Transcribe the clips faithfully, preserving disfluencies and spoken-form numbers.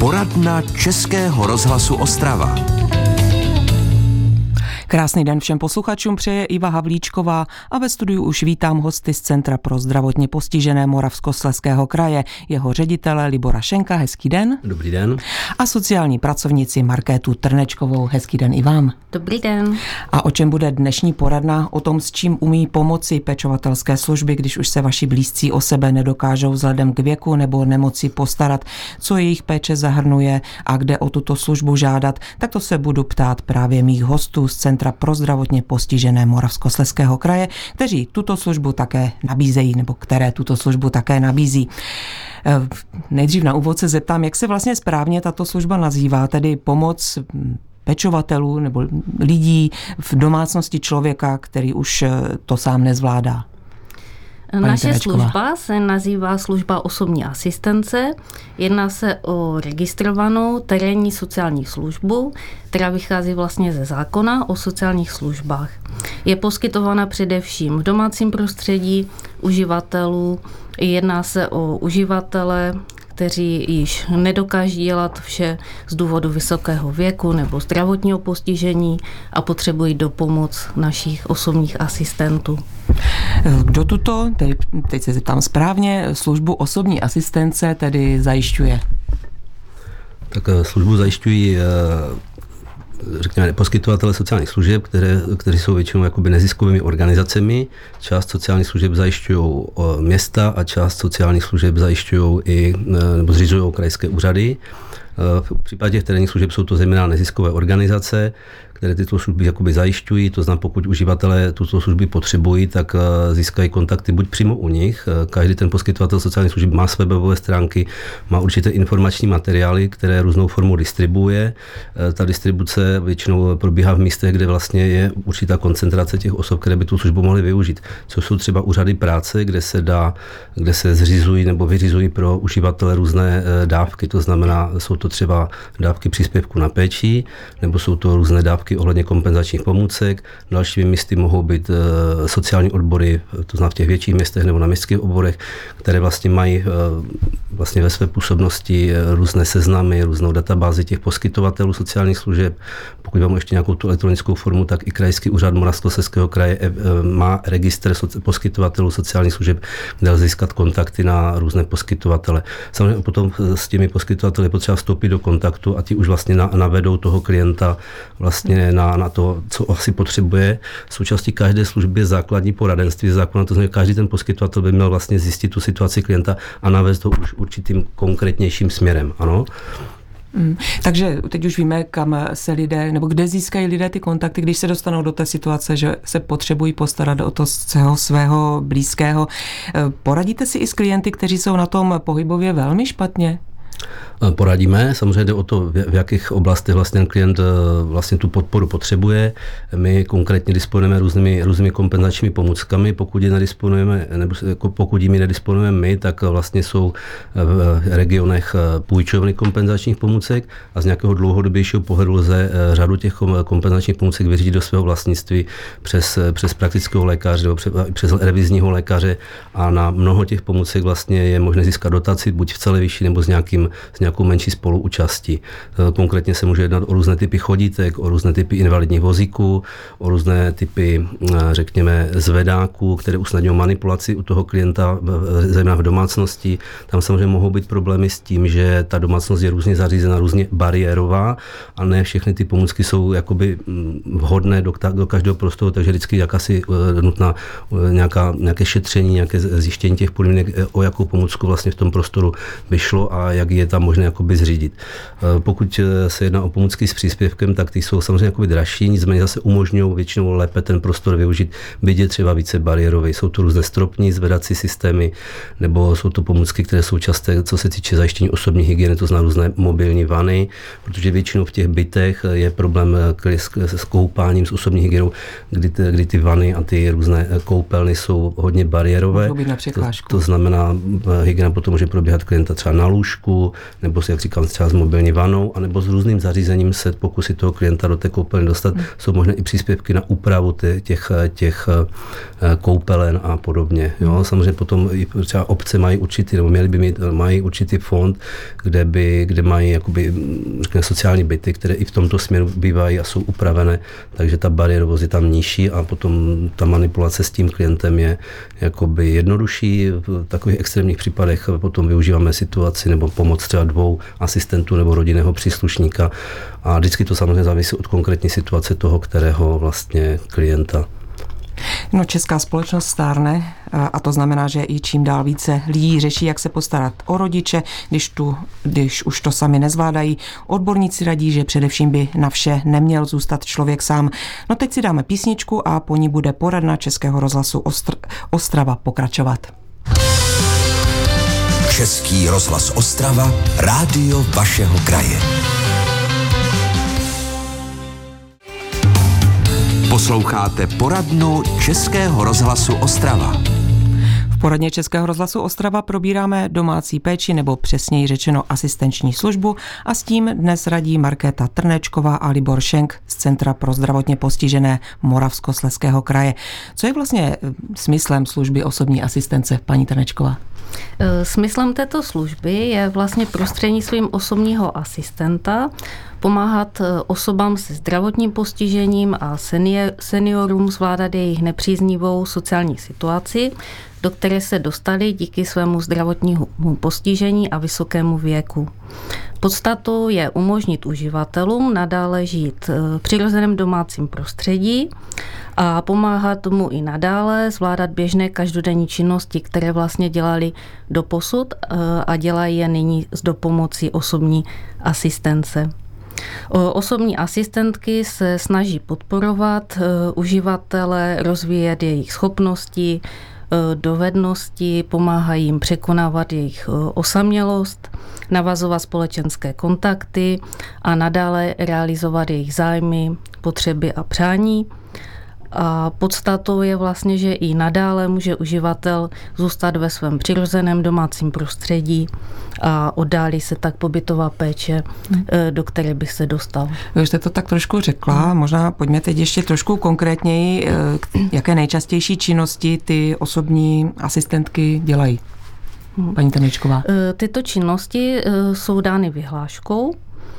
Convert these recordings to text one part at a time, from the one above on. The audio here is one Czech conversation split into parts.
Poradna Českého rozhlasu Ostrava. Krásný den všem posluchačům přeje Iva Havlíčková a ve studiu už vítám hosty z Centra pro zdravotně postižené Moravskoslezského kraje, jeho ředitele Libora Šenka, hezký den. Dobrý den. A sociální pracovnici Markétu Trnečkovou, hezký den i vám. Dobrý den. A o čem bude dnešní poradna? O tom, s čím umí pomoci pečovatelské služby, když už se vaši blízcí o sebe nedokážou vzhledem k věku nebo nemoci postarat, co jejich péče zahrnuje a kde o tuto službu žádat, tak to se budu ptát právě mých hostů z Centra pro zdravotně postižené Moravskoslezského kraje, kteří tuto službu také nabízejí, nebo které tuto službu také nabízí. Nejdřív na úvod se zeptám, jak se vlastně správně tato služba nazývá, tedy pomoc pečovatelů nebo lidí v domácnosti člověka, který už to sám nezvládá. Paní Naše Trnečková. Služba se nazývá služba osobní asistence. Jedná se o registrovanou terénní sociální službu, která vychází vlastně ze zákona o sociálních službách. Je poskytována především v domácím prostředí uživatelů. Jedná se o uživatele, kteří již nedokáží dělat vše z důvodu vysokého věku nebo zdravotního postižení a potřebují dopomoc našich osobních asistentů. Kdo tuto, teď, teď se zeptám správně, službu osobní asistence tedy zajišťuje? Tak službu zajišťují, řekněme, poskytovatele sociálních služeb, které, které jsou většinou jakoby neziskovými organizacemi. Část sociálních služeb zajišťují města a část sociálních služeb zajišťují i, nebo zřizují krajské úřady. V případě těch terénních služeb jsou to zejména neziskové organizace, které tyto služby jakoby zajišťují, to znamená, pokud uživatelé tuto služby potřebují, tak získají kontakty buď přímo u nich. Každý ten poskytovatel sociálních služeb má své webové stránky, má určité informační materiály, které různou formou distribuuje. Ta distribuce většinou probíhá v místech, kde vlastně je určitá koncentrace těch osob, které by tu službu mohly využít. Co jsou třeba úřady práce, kde se dá, kde se zřizují nebo vyřizují pro uživatele různé dávky, to znamená, jsou to třeba dávky příspěvku na péči, nebo jsou to různé dávky ohledně kompenzačních pomůcek. Dalšími místy mohou být e, sociální odbory, to znamená v těch větších městech nebo na městských oborech, které vlastně mají e, vlastně ve své působnosti e, různé seznamy, různou databázi těch poskytovatelů sociálních služeb. Pokud mám ještě nějakou tu elektronickou formu, tak i krajský úřad Moravskoslezského kraje e, e, má registr soci- poskytovatelů sociálních služeb, kde lze získat kontakty na různé poskytovatele. Samozřejmě potom s těmi poskytovateli potřeba vstoupit do kontaktu a ti už vlastně na, navedou toho klienta vlastně Na, na to, co asi potřebuje. Součástí každé služby je základní poradenství zákona, to znamená, každý ten poskytovatel by měl vlastně zjistit tu situaci klienta a navést ho už určitým konkrétnějším směrem. Ano? Hmm. Takže teď už víme, kam se lidé, nebo kde získají lidé ty kontakty, když se dostanou do té situace, že se potřebují postarat o to svého, svého blízkého. Poradíte si i s klienty, kteří jsou na tom pohybově velmi špatně? Poradíme, samozřejmě jde o to, v jakých oblastech vlastně ten klient vlastně tu podporu potřebuje. My konkrétně disponujeme různými, různými kompenzačními pomůckami, pokud je nedisponujeme, nebo pokud jimi nedisponujeme my, tak vlastně jsou v regionech půjčovny kompenzačních pomůcek a z nějakého dlouhodobějšího pohledu lze řadu těch kompenzačních pomůcek vyřídit do svého vlastnictví přes, přes praktického lékaře nebo přes, přes revizního lékaře a na mnoho těch pomůcek vlastně je možné získat dotaci, buď v celé výši nebo s nějakým s nějakou menší spoluúčastí. Konkrétně se může jednat o různé typy chodítek, o různé typy invalidních vozíků, o různé typy, řekněme, zvedáků, které usnadňují manipulaci u toho klienta, zejména v domácnosti. Tam samozřejmě mohou být problémy s tím, že ta domácnost je různě zařízena, různě bariérová a ne všechny ty pomůcky jsou jakoby vhodné do, do každého prostoru, takže vždycky jakási nutná nějaká, nějaké šetření, nějaké zjištění těch podmínek, o jakou pomůcku vlastně v tom prostoru by šlo a jak je tam možné jakoby zřídit. Pokud se jedná o pomůcky s příspěvkem, tak ty jsou samozřejmě jakoby dražší, nicméně zase umožňují většinou lépe ten prostor využít, byť je třeba více bariérový. Jsou to různé stropní zvedací systémy, nebo jsou to pomůcky, které jsou časté, co se týče zajištění osobní hygieny, to znamená různé mobilní vany, protože většinou v těch bytech je problém s koupáním, s osobní hygienou, kdy, kdy ty vany a ty různé koupelny jsou hodně bariérové. To, to znamená, hygiena potom může probíhat klienta třeba na lůžku, autu, nebo jak říkám, třeba s mobilní vanou, anebo s různým zařízením se pokusit toho klienta do té koupelny dostat. Hmm. Jsou možné i příspěvky na úpravu těch, těch koupelen a podobně. Jo? Samozřejmě potom i třeba obce mají určitý, nebo měli by mít, mají určitý fond, kde, by, kde mají jakoby, řekněme, sociální byty, které i v tomto směru bývají a jsou upravené, takže ta bariérovost je tam nižší a potom ta manipulace s tím klientem je jakoby jednodušší. V takových extrémních případech potom využíváme situaci nebo pomoc třeba dvou asistentů nebo rodinného příslušníka a vždycky to samozřejmě závisí od konkrétní situace toho, kterého vlastně klienta. No, česká společnost stárne a to znamená, že i čím dál více lidí řeší, jak se postarat o rodiče, když, tu, když už to sami nezvládají. Odborníci radí, že především by na vše neměl zůstat člověk sám. No teď si dáme písničku a po ní bude poradna Českého rozhlasu Ostr- Ostrava pokračovat. Český rozhlas Ostrava, rádio vašeho kraje. Posloucháte poradnu Českého rozhlasu Ostrava. V poradně Českého rozhlasu Ostrava probíráme domácí péči nebo přesněji řečeno asistenční službu a s tím dnes radí Markéta Trnečková a Libor Šenk z Centra pro zdravotně postižené Moravskoslezského kraje. Co je vlastně smyslem služby osobní asistence, paní Trnečková? Smyslem této služby je vlastně prostřednictvím osobního asistenta pomáhat osobám se zdravotním postižením a seniorům zvládat jejich nepříznivou sociální situaci, do které se dostali díky svému zdravotnímu postižení a vysokému věku. Podstatou je umožnit uživatelům nadále žít v přirozeném domácím prostředí a pomáhat mu i nadále zvládat běžné každodenní činnosti, které vlastně dělali doposud a dělají je nyní s dopomocí osobní asistence. Osobní asistentky se snaží podporovat uživatele, rozvíjet jejich schopnosti, dovednosti, pomáhají jim překonávat jejich osamělost, navazovat společenské kontakty a nadále realizovat jejich zájmy, potřeby a přání. A podstatou je vlastně, že i nadále může uživatel zůstat ve svém přirozeném domácím prostředí a oddálí se tak pobytová péče, do které bych se dostal. Vy jste to tak trošku řekla, možná pojďme teď ještě trošku konkrétněji, jaké nejčastější činnosti ty osobní asistentky dělají, paní Trnečková? Tyto činnosti jsou dány vyhláškou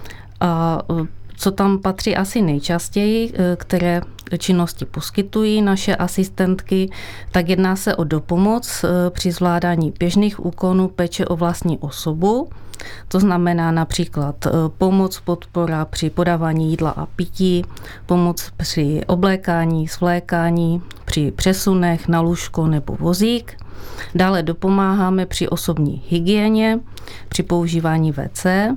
a co tam patří asi nejčastěji, které činnosti poskytují naše asistentky, tak jedná se o dopomoc při zvládání běžných úkonů péče o vlastní osobu. To znamená například pomoc, podpora při podávání jídla a pití, pomoc při oblékání, svlékání, při přesunech na lůžko nebo vozík. Dále dopomáháme při osobní hygieně, při používání vé cé.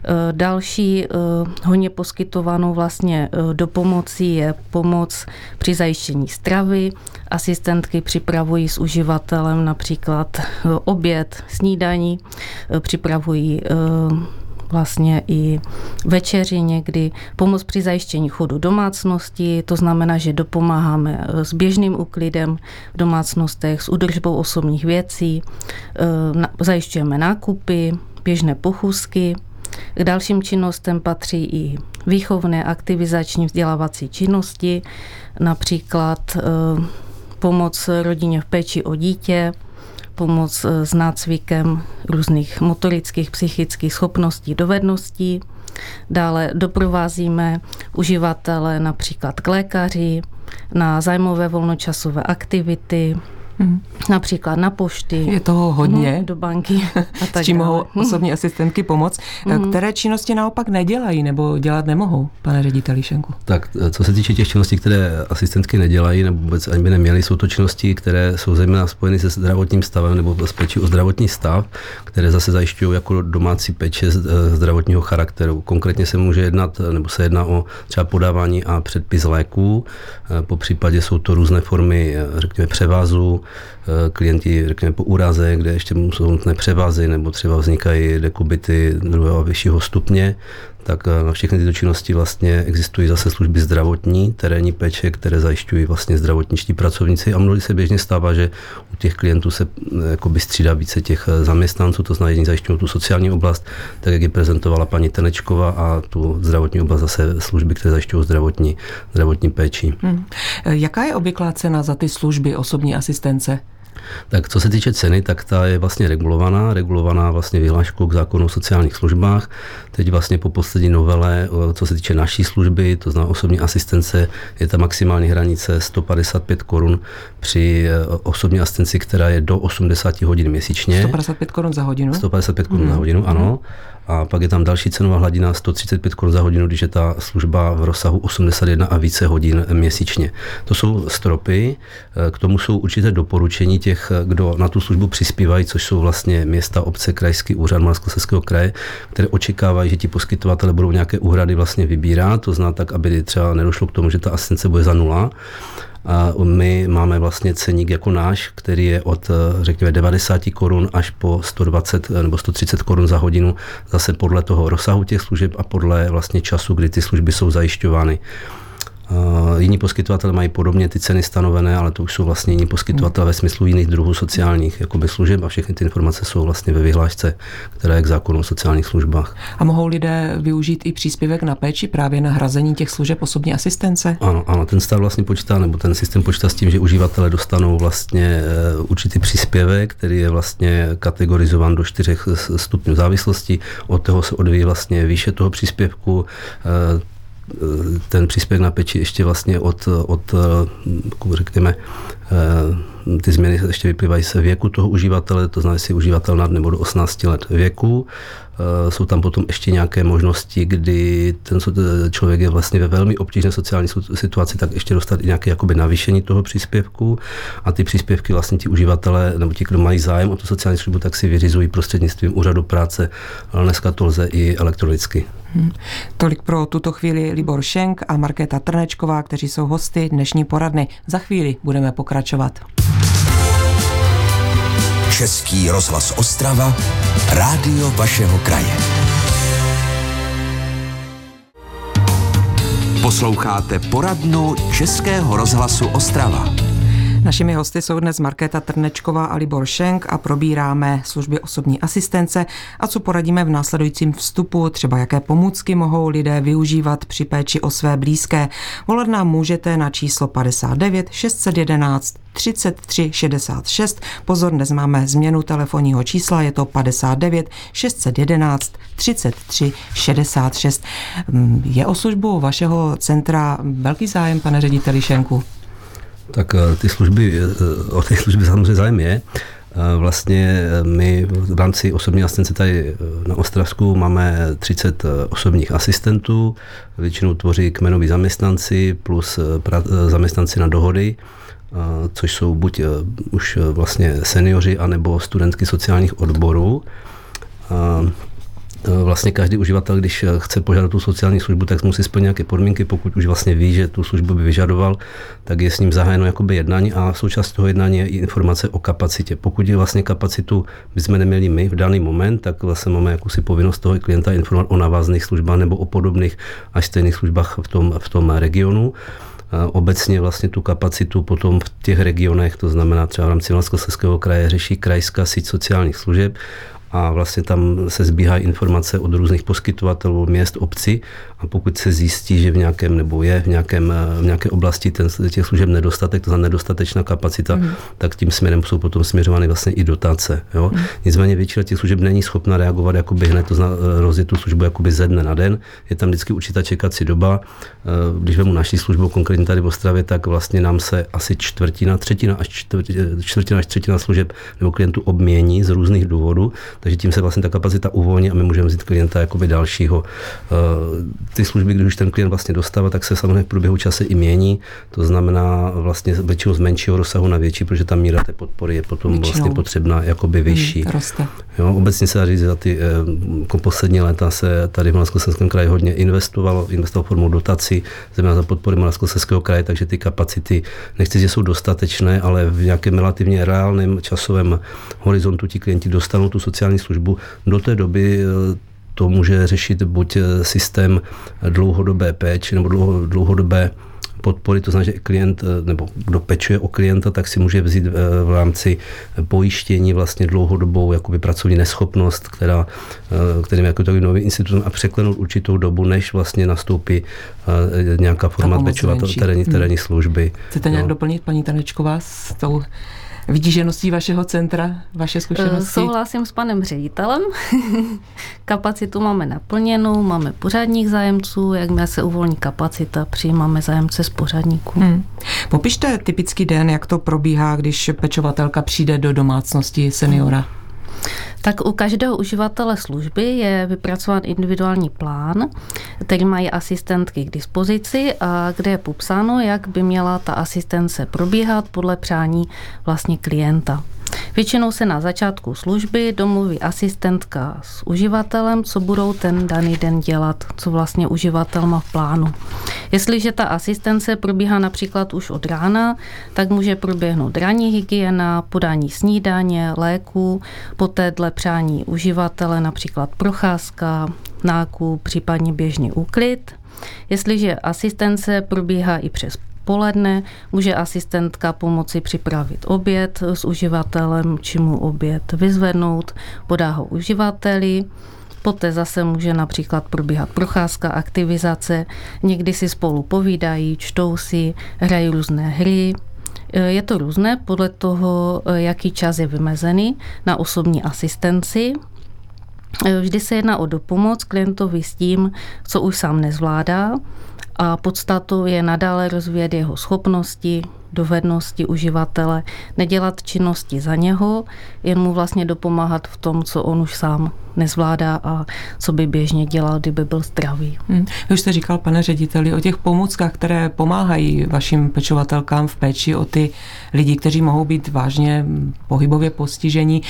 Další hodně poskytovanou vlastně dopomocí je pomoc při zajištění stravy. Asistentky připravují s uživatelem například oběd, snídaní, připravují vlastně i večeři někdy, pomoc při zajištění chodu domácnosti, to znamená, že dopomáháme s běžným úklidem v domácnostech, s údržbou osobních věcí, zajišťujeme nákupy, běžné pochůzky. K dalším činnostem patří i výchovné, aktivizační, vzdělávací činnosti, například pomoc rodině v péči o dítě, pomoc s nácvikem různých motorických, psychických schopností, dovedností. Dále doprovázíme uživatele například k lékaři, na zájmové volnočasové aktivity, Hmm. například na pošty. Je toho hodně. Do banky. A tak s čím mohou osobní asistentky pomoct. Hmm. Které činnosti naopak nedělají nebo dělat nemohou, pane řediteli Šenku? Tak, co se týče těch činností, které asistentky nedělají nebo vůbec ani by neměly, jsou to činnosti, které jsou zejména spojeny se zdravotním stavem nebo s péčí o zdravotní stav, které zase zajišťují jako domácí péče zdravotního charakteru. Konkrétně se může jednat, nebo se jedná o třeba podávání a předpis léků. Po případě jsou to různé formy, řekněme, převazu, klienti, řekněme, po úraze, kde ještě jsou nutné převazy, nebo třeba vznikají dekubity druhého a vyššího stupně, tak na všechny tyto činnosti vlastně existují zase služby zdravotní, terénní péče, které zajišťují vlastně zdravotničtí pracovníci a mnohdy se běžně stává, že u těch klientů se jakoby střídá více těch zaměstnanců, to znamená, že zajišťují tu sociální oblast, tak jak ji prezentovala paní Tenečková, a tu zdravotní oblast zase služby, které zajišťují zdravotní, zdravotní péči. Hmm. Jaká je obvyklá cena za ty služby osobní asistence? Tak co se týče ceny, tak ta je vlastně regulovaná, regulovaná vlastně vyhláškou k zákonu o sociálních službách. Teď vlastně po poslední novele, co se týče naší služby, to znamená osobní asistence, je ta maximální hranice sto padesát pět korun při osobní asistenci, která je do osmdesát hodin měsíčně. sto padesát pět korun za hodinu? sto padesát pět korun mm. za hodinu, ano. A pak je tam další cenová hladina sto třicet pět korun za hodinu, když je ta služba v rozsahu osmdesát jedna a více hodin měsíčně. To jsou stropy, k tomu jsou určité doporučení těch, kdo na tu službu přispívají, což jsou vlastně města, obce, krajský úřad Moravskoslezského kraje, které očekávají, že ti poskytovatelé budou nějaké úhrady vlastně vybírat, to znamená tak, aby třeba nedošlo k tomu, že ta asistence bude za nula. A my máme vlastně ceník jako náš, který je od, řekněme, devadesát korun až po sto dvacet nebo sto třicet korun za hodinu, zase podle toho rozsahu těch služeb a podle vlastně času, kdy ty služby jsou zajišťovány. Uh, jiní poskytovatelé mají podobně ty ceny stanovené, ale to už jsou vlastně jiní poskytovatelé ve smyslu jiných druhů sociálních jakoby služeb a všechny ty informace jsou vlastně ve vyhlášce, která je k zákonu o sociálních službách. A mohou lidé využít i příspěvek na péči právě na hrazení těch služeb osobní asistence? Ano, ano, ten stav vlastně počítá, nebo ten systém počítá s tím, že uživatelé dostanou vlastně určitý příspěvek, který je vlastně kategorizován do čtyřech stupňů závislosti. Od toho se odvíjí vlastně výše toho příspěvku. Ten příspěvek na péči ještě vlastně od, od řekněme, ty změny ještě vyplývají se věku toho uživatele, to znamená, jestli je uživatel nad nebo do osmnácti let věku. Jsou tam potom ještě nějaké možnosti, kdy ten člověk je vlastně ve velmi obtížné sociální situaci, tak ještě dostat i nějaké jakoby navýšení toho příspěvku a ty příspěvky vlastně ti uživatelé nebo ti, kdo mají zájem o tu sociální službu, tak si vyřizují prostřednictvím úřadu práce, ale dneska to lze i elektronicky. Hmm. Tolik pro tuto chvíli Libor Šenk a Markéta Trnečková, kteří jsou hosty dnešní poradny. Za chvíli budeme pokračovat. Český rozhlas Ostrava, rádio vašeho kraje. Posloucháte poradnu Českého rozhlasu Ostrava. Našimi hosty jsou dnes Markéta Trnečková a Libor Šenk a probíráme služby osobní asistence a co poradíme v následujícím vstupu, třeba jaké pomůcky mohou lidé využívat při péči o své blízké. Volat nám můžete na číslo padesát devět šest set jedenáct třicet tři šedesát šest. Pozor, dnes máme změnu telefonního čísla, je to padesát devět šest set jedenáct třicet tři šedesát šest. Je o službu vašeho centra velký zájem, pane řediteli Šenku? Tak ty služby, o těch služby samozřejmě zájem je. Vlastně my v rámci osobní asistence tady na Ostravsku máme třicet osobních asistentů, většinou tvoří kmenoví zaměstnanci plus zaměstnanci na dohody, což jsou buď už vlastně seniori, anebo studentky sociálních odborů. Vlastně každý uživatel, když chce požádat tu sociální službu, tak musí splnit nějaké podmínky. Pokud už vlastně ví, že tu službu by vyžadoval, tak je s ním zahájeno jakoby jednání a součástí toho jednání je i informace o kapacitě. Pokud je vlastně kapacitu bychom neměli my v daný moment, tak vlastně máme jakousi povinnost toho klienta informovat o návazných službách nebo o podobných až stejných službách v tom, v tom regionu. Obecně vlastně tu kapacitu potom v těch regionech, to znamená třeba v rámci Moravskoslezského kraje, řeší krajská síť sociálních služeb a vlastně tam se sbíhají informace od různých poskytovatelů, měst, obcí a pokud se zjistí, že v nějakém nebo je v, nějakém, v nějaké oblasti ten, těch služeb nedostatek, to znamená nedostatečná kapacita, mm. tak tím směrem jsou potom směřovány vlastně i dotace. Jo? Mm. Nicméně většina těch služeb není schopna reagovat jakoby hned, to znamená rozjet tu službu jakoby ze dne na den. Je tam vždycky určitá čekací doba. Když vemu naší službu, konkrétně tady v Ostravě, tak vlastně nám se asi čtvrtina, třetina až čtvrtina, čtvrtina až třetina služeb nebo klientů obmění z různých důvodů. Takže tím se vlastně ta kapacita uvolní a my můžeme vzít klienta jakoby dalšího. Ty služby, když už ten klient vlastně dostává, tak se samozřejmě v průběhu čase i mění. To znamená vlastně většinou z menšího rozsahu na větší, protože ta míra té podpory je potom většinou vlastně potřebná jakoby vyšší. Hmm, jo, obecně se dá říct, že za ty jako poslední léta se tady v Moravskoslezském kraji hodně investovalo, investovalo formou dotací, zejména za podpory Moravskoslezského kraje, takže ty kapacity, nechci, že jsou dostatečné, ale v nějakém relativně reálném časovém horizontu ti klienti dostanou tu sociální službu. Do té doby to může řešit buď systém dlouhodobé péče nebo dlouho, dlouhodobé podpory, to znamená, že klient, nebo kdo pečuje o klienta, tak si může vzít v rámci pojištění vlastně dlouhodobou jakoby pracovní neschopnost, která, kterým jako takový nový institut a překlenout určitou dobu, než vlastně nastoupí nějaká forma pečovatel terénní, terénní služby. Chcete nějak no. doplnit, paní Tanečková, s tou vytížeností vašeho centra, vaše zkušenosti? Souhlasím s panem ředitelem. Kapacitu máme naplněnou, máme pořadních zájemců, jakmile se uvolní kapacita, přijímáme zájemce z pořadníků. Hmm. Popište typický den, jak to probíhá, když pečovatelka přijde do domácnosti seniora. Tak u každého uživatele služby je vypracován individuální plán, který mají asistentky k dispozici a kde je popsáno, jak by měla ta asistence probíhat podle přání vlastně klienta. Většinou se na začátku služby domluví asistentka s uživatelem, co budou ten daný den dělat, co vlastně uživatel má v plánu. Jestliže ta asistence probíhá například už od rána, tak může proběhnout ranní hygiena, podání snídaně, léků, poté dle přání uživatele například procházka, nákup, případně běžný úklid. Jestliže asistence probíhá i přes poledne, může asistentka pomoci připravit oběd s uživatelem, či mu oběd vyzvednout, podá ho uživateli. Poté zase může například probíhat procházka, aktivizace, někdy si spolu povídají, čtou si, hrají různé hry. Je to různé podle toho, jaký čas je vymezený na osobní asistenci. Vždy se jedná o dopomoc klientovi s tím, co už sám nezvládá, a podstatou je nadále rozvíjet jeho schopnosti, dovednosti uživatele, nedělat činnosti za něho, jen mu vlastně dopomáhat v tom, co on už sám nezvládá a co by běžně dělal, kdyby byl zdravý. Hmm. Vy už jste říkal, pane řediteli, o těch pomůckách, které pomáhají vašim pečovatelkám v péči o ty lidi, kteří mohou být vážně pohybově postižení.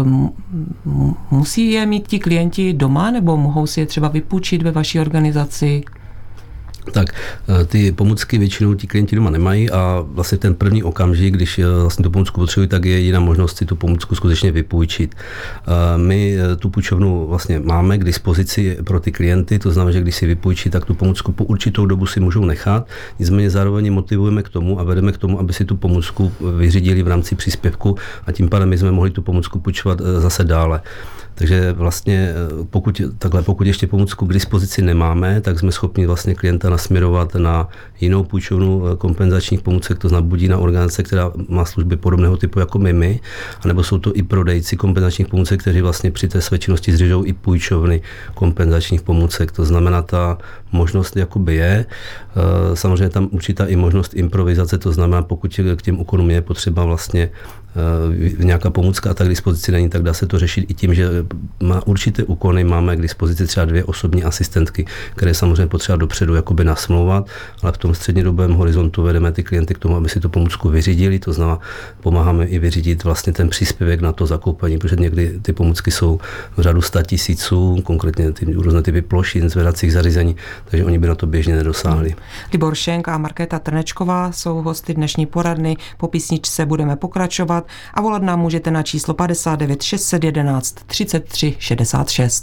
Musí je mít ti klienti doma, nebo mohou si je třeba vypůjčit ve vaší organizaci? Tak ty pomůcky většinou ti klienti doma nemají a vlastně ten první okamžik, když vlastně tu pomůcku potřebují, tak je jiná možnost si tu pomůcku skutečně vypůjčit. My tu půjčovnu vlastně máme k dispozici pro ty klienty, to znamená, že když si vypůjčí, tak tu pomůcku po určitou dobu si můžou nechat. Nicméně zároveň motivujeme k tomu a vedeme k tomu, aby si tu pomůcku vyřídili v rámci příspěvku a tím pádem my jsme mohli tu pomůcku půjčovat zase dále. Takže vlastně pokud, takhle, pokud ještě pomůcku k dispozici nemáme, tak jsme schopni vlastně klienta nasměrovat na jinou půjčovnu kompenzačních pomůcek, to znamená buď na organizace, která má služby podobného typu jako my, my, anebo jsou to i prodejci kompenzačních pomůcek, kteří vlastně při té své činnosti zřižou i půjčovny kompenzačních pomůcek. To znamená, ta možnost jakoby je. Samozřejmě tam určitá i možnost improvizace, to znamená, pokud k těm úkonům je potřeba vlastně nějaká pomůcka a tak k dispozici není, tak dá se to řešit i tím, že má určité úkony, máme k dispozici třeba dvě osobní asistentky, které samozřejmě potřeba dopředu jakoby nasmlouvat, ale v tom střednědobém horizontu vedeme ty klienty k tomu, aby si tu pomůcku vyřídili, to znamená, pomáháme i vyřídit vlastně ten příspěvek na to zakoupení, protože někdy ty pomůcky jsou v řádu sta tisíců, konkrétně ty různé typy plošin, zvedacích zařízení, takže oni by na to běžně nedosáhli. Libor Šenk a Markéta Trnečková jsou hosty dnešní poradny, po písničce budeme pokračovat a volat nám můžete na číslo padesát devět šest set jedenáct třicet tři šedesát šest.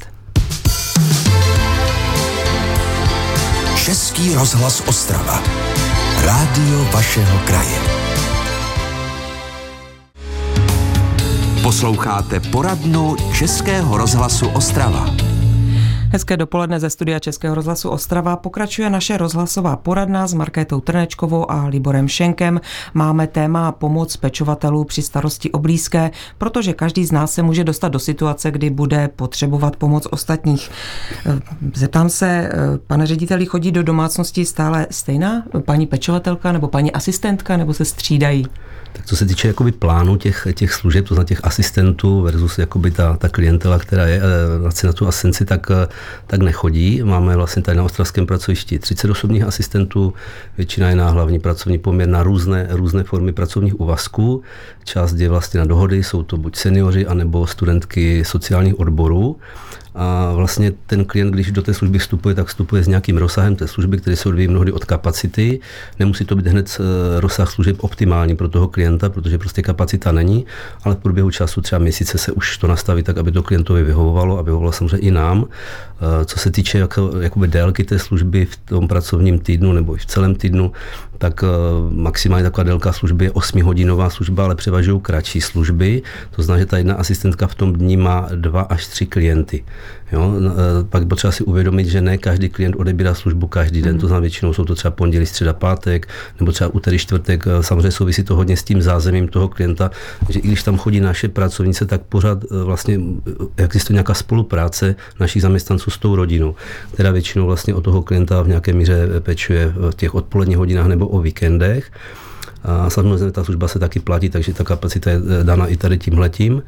Český rozhlas Ostrava. Rádio vašeho kraje. Posloucháte poradnu Českého rozhlasu Ostrava. Hezké dopoledne ze studia Českého rozhlasu Ostrava. Pokračuje naše rozhlasová poradna s Markétou Trnečkovou a Liborem Šenkem. Máme téma pomoc pečovatelů při starosti o blízké, protože každý z nás se může dostat do situace, kdy bude potřebovat pomoc ostatních. Zeptám se, pane řediteli, chodí do domácnosti stále stejná paní pečovatelka nebo paní asistentka, nebo se střídají? Tak co se týče jakoby plánu těch, těch služeb, to znamená těch asistentů versus jakoby ta, ta klientela, která je na tu asistenci, tak, tak nechodí. Máme vlastně tady na ostravském pracovišti třicet osobních asistentů, většina je na hlavní pracovní poměr na různé, různé formy pracovních úvazků. Část je vlastně na dohody, jsou to buď seniori, anebo studentky sociálních odborů. A vlastně ten klient, když do té služby vstupuje, tak vstupuje s nějakým rozsahem té služby, který se odvíjí mnohdy od kapacity. Nemusí to být hned rozsah služeb optimální pro toho klienta, protože prostě kapacita není, ale v průběhu času třeba měsíce se už to nastaví tak, aby to klientovi vyhovovalo a vyhovovalo samozřejmě i nám. Co se týče jako, jakoby délky té služby v tom pracovním týdnu nebo i v celém týdnu, tak maximálně taková délka služby je osmihodinová služba, ale převažují kratší služby. To znamená, že ta jedna asistentka v tom dní má dva až tři klienty. Jo? Pak potřeba si uvědomit, že ne každý klient odebírá službu každý den, to znamená většinou jsou to třeba pondělí, středa, pátek, nebo třeba úterý, čtvrtek. Samozřejmě souvisí to hodně s tím zázemím toho klienta, že i když tam chodí naše pracovnice, tak pořád vlastně existuje nějaká spolupráce našich zaměstnanců s tou rodinou, která většinou vlastně o toho klienta v nějaké míře pečuje v těch odpoledních hodinách nebo o víkendech. A samozřejmě ta služba se taky platí, takže ta kapacita je dána i tady tímhletím.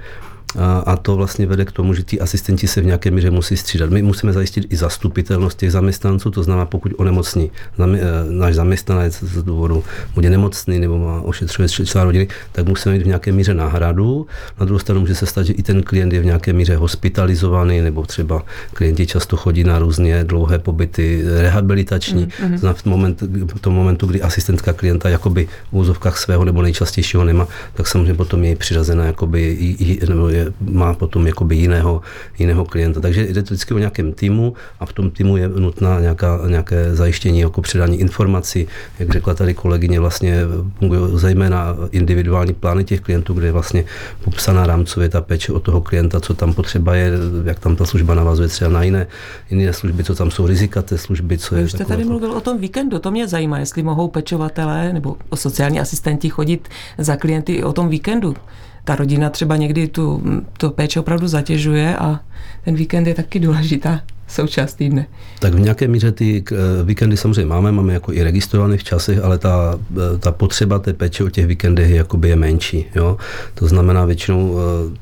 A to vlastně vede k tomu, že ti asistenti se v nějaké míře musí střídat. My musíme zajistit i zastupitelnost těch zaměstnanců, to znamená, pokud onemocní náš zaměstnanec z důvodu bude nemocný nebo má ošetřuje člena rodiny, tak musíme mít v nějaké míře náhradu. Na druhou stranu může se stát, že i ten klient je v nějaké míře hospitalizovaný, nebo třeba klienti často chodí na různě dlouhé pobyty rehabilitační. Mm, mm. To znamená, v, moment, v tom momentu, kdy asistentka klienta jakoby v úzovkách svého nebo nejčastějšího nemá, tak samozřejmě potom je přiřazena jakoby i, i, nebo je, má potom jakoby jiného, jiného klienta. Takže jde to vždycky o nějakém týmu a v tom týmu je nutná nějaká, nějaké zajištění jako předání informací. Jak řekla tady kolegyně, vlastně fungují zejména individuální plány těch klientů, kde je vlastně popsaná rámcově ta péče od toho klienta, co tam potřeba je, jak tam ta služba navazuje třeba na jiné, jiné služby, co tam jsou rizika té služby. Co je. Už jste tady mluvil o tom víkendu, to mě zajímá, jestli mohou pečovatelé nebo sociální asistenti chodit za klienty i o tom víkendu. Ta rodina třeba někdy tu, tu péče opravdu zatěžuje a ten víkend je taky důležitá součást týdne. Tak v nějaké míře ty víkendy samozřejmě máme, máme jako i registrované v časech, ale ta, ta potřeba té péče o těch víkendech je, jakoby je menší. Jo? To znamená, většinou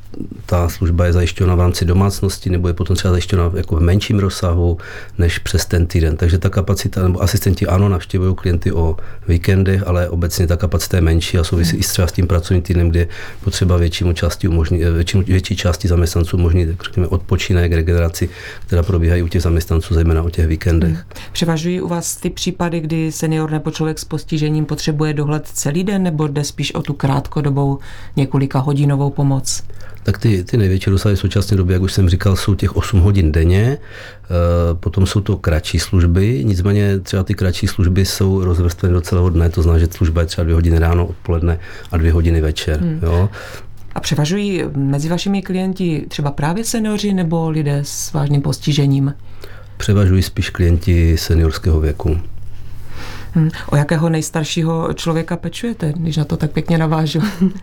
ta služba je zajištěna v rámci domácnosti nebo je potom třeba zajištěna jako v menším rozsahu než přes ten týden. Takže ta kapacita, nebo asistenti ano, navštěvují klienty o víkendech, ale obecně ta kapacita je menší a souvisí hmm. i třeba s tím pracovním týdnem, kde potřeba většímu části umožní, většinu, větší části zaměstnanců umožní, řekněme, odpočinek, regeneraci, která probíhají u těch zaměstnanců, zejména o těch víkendech. Hmm. Převažují u vás ty případy, kdy senior nebo člověk s postižením potřebuje dohled celý den, nebo jde spíš o tu krátkodobou několika hodinovou pomoc? Tak ty, ty největší dosahy v současné době, jak už jsem říkal, jsou těch osm hodin denně, potom jsou to kratší služby, nicméně třeba ty kratší služby jsou rozvrstveny do celého dne, to znamená, že služba je třeba dvě hodiny ráno, odpoledne a dvě hodiny večer. Hmm. Jo. A převažují mezi vašimi klienti třeba právě seniori nebo lidé s vážným postižením? Převažují spíš klienti seniorského věku. Hmm. O jakého nejstaršího člověka pečujete, když na to tak pěkně navážu?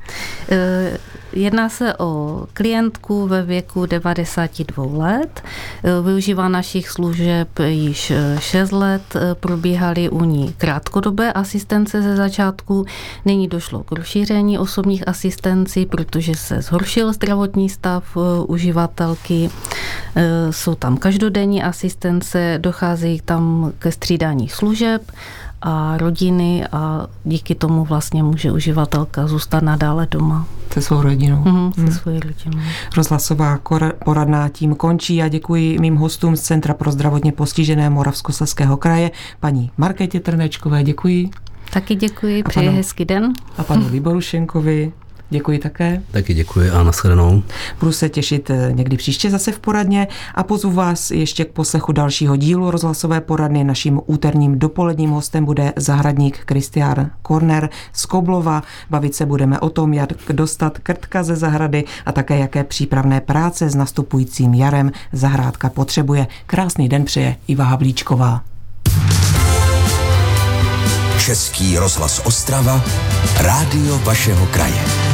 Jedná se o klientku ve věku devadesát dva let. Využívá našich služeb již šest let. Probíhaly u ní krátkodobé asistence ze začátku. Nyní došlo k rozšíření osobních asistencí, protože se zhoršil zdravotní stav uživatelky. Jsou tam každodenní asistence, dochází tam ke střídání služeb a rodiny a díky tomu vlastně může uživatelka zůstat nadále doma. Se svou rodinou. Mm, se hmm. svou rodinou. Rozhlasová poradná tím končí. Já děkuji mým hostům z Centra pro zdravotně postižené Moravskoslezského kraje, paní Markétě Trnečkové, děkuji. Taky děkuji, přeji hezký den. A panu Liboru Šenkovi. Děkuji také. Taky děkuji a nashledanou. Budu se těšit někdy příště zase v poradně a pozvu vás ještě k poslechu dalšího dílu rozhlasové poradny. Naším úterním dopoledním hostem bude zahradník Kristián Korner z Koblova. Bavit se budeme o tom, jak dostat krtka ze zahrady a také jaké přípravné práce s nastupujícím jarem zahrádka potřebuje. Krásný den přeje Iva Havlíčková. Český rozhlas Ostrava, rádio vašeho kraje.